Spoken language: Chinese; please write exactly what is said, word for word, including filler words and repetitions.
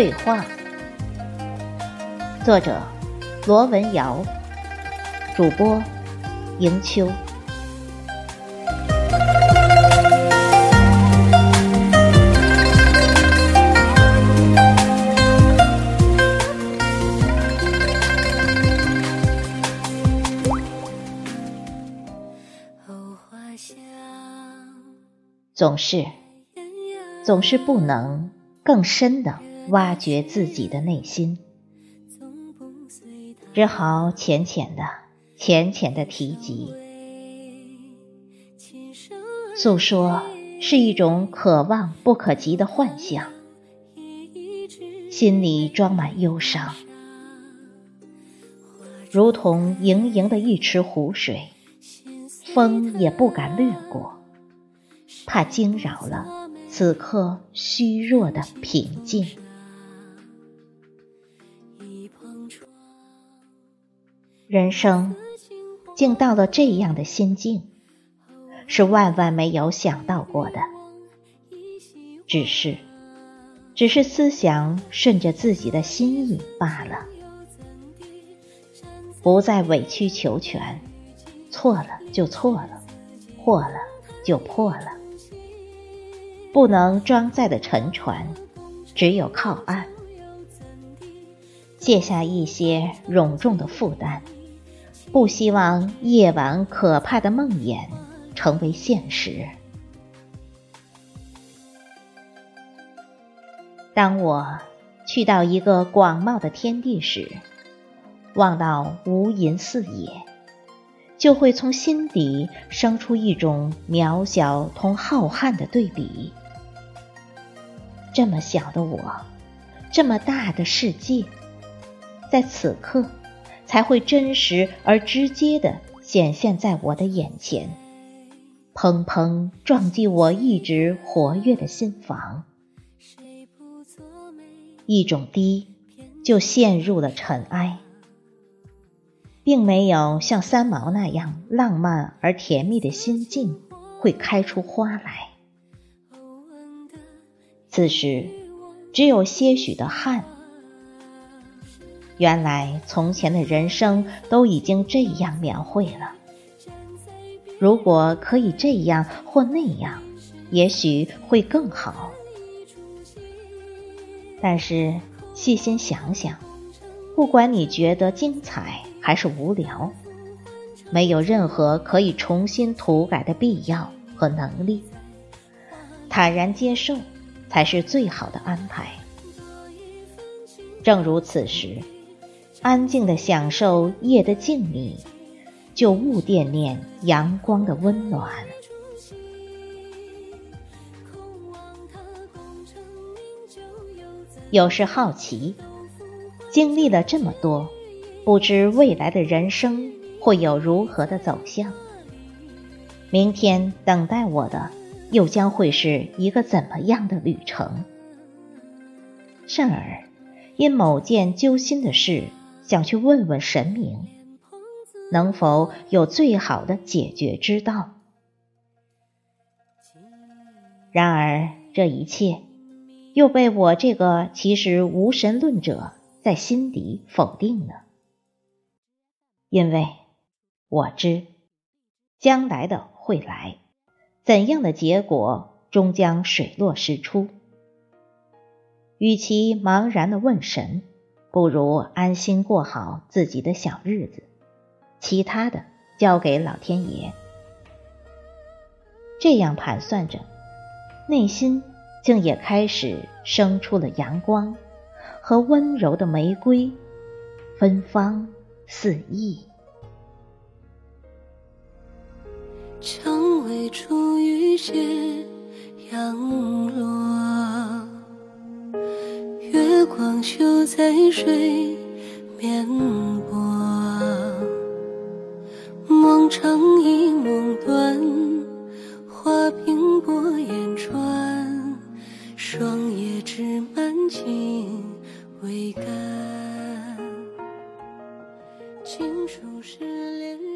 对话，作者罗文瑶，主播迎秋。总是总是不能更深地挖掘自己的内心，只好浅浅的浅浅的提及。诉说是一种可望不可及的幻象，心里装满忧伤，如同盈盈的一池湖水，风也不敢掠过，怕惊扰了此刻虚弱的平静。人生竟到了这样的心境，是万万没有想到过的。只是只是思想顺着自己的心意罢了，不再委曲求全，错了就错了，破了就破了。不能装载的沉船，只有靠岸。卸下一些冗重的负担，不希望夜晚可怕的梦魇成为现实。当我去到一个广袤的天地时，望到无垠四野，就会从心底生出一种渺小同浩瀚的对比。这么小的我，这么大的世界，在此刻才会真实而直接地显现在我的眼前，砰砰撞击我一直活跃的心房。一种低就陷入了尘埃，并没有像三毛那样浪漫而甜蜜的心境会开出花来。此时只有些许的汗。原来从前的人生都已经这样描绘了，如果可以这样或那样，也许会更好。但是细心想想，不管你觉得精彩还是无聊，没有任何可以重新涂改的必要和能力，坦然接受才是最好的安排。正如此时，安静地享受夜的静谧，就勿惦念阳光的温暖。有时好奇，经历了这么多，不知未来的人生会有如何的走向，明天等待我的又将会是一个怎么样的旅程？甚而因某件揪心的事，想去问问神明，能否有最好的解决之道？然而这一切又被我这个其实无神论者在心底否定了。因为我知将来的会来，怎样的结果终将水落石出。与其茫然地问神，不如安心过好自己的小日子，其他的交给老天爷。这样盘算着，内心竟也开始生出了阳光和温柔的玫瑰，芬芳四溢。 常未出遇见阳落，月光绣在水面波，梦长忆梦短，花鬓薄烟转，霜叶枝满径未干，情书是恋人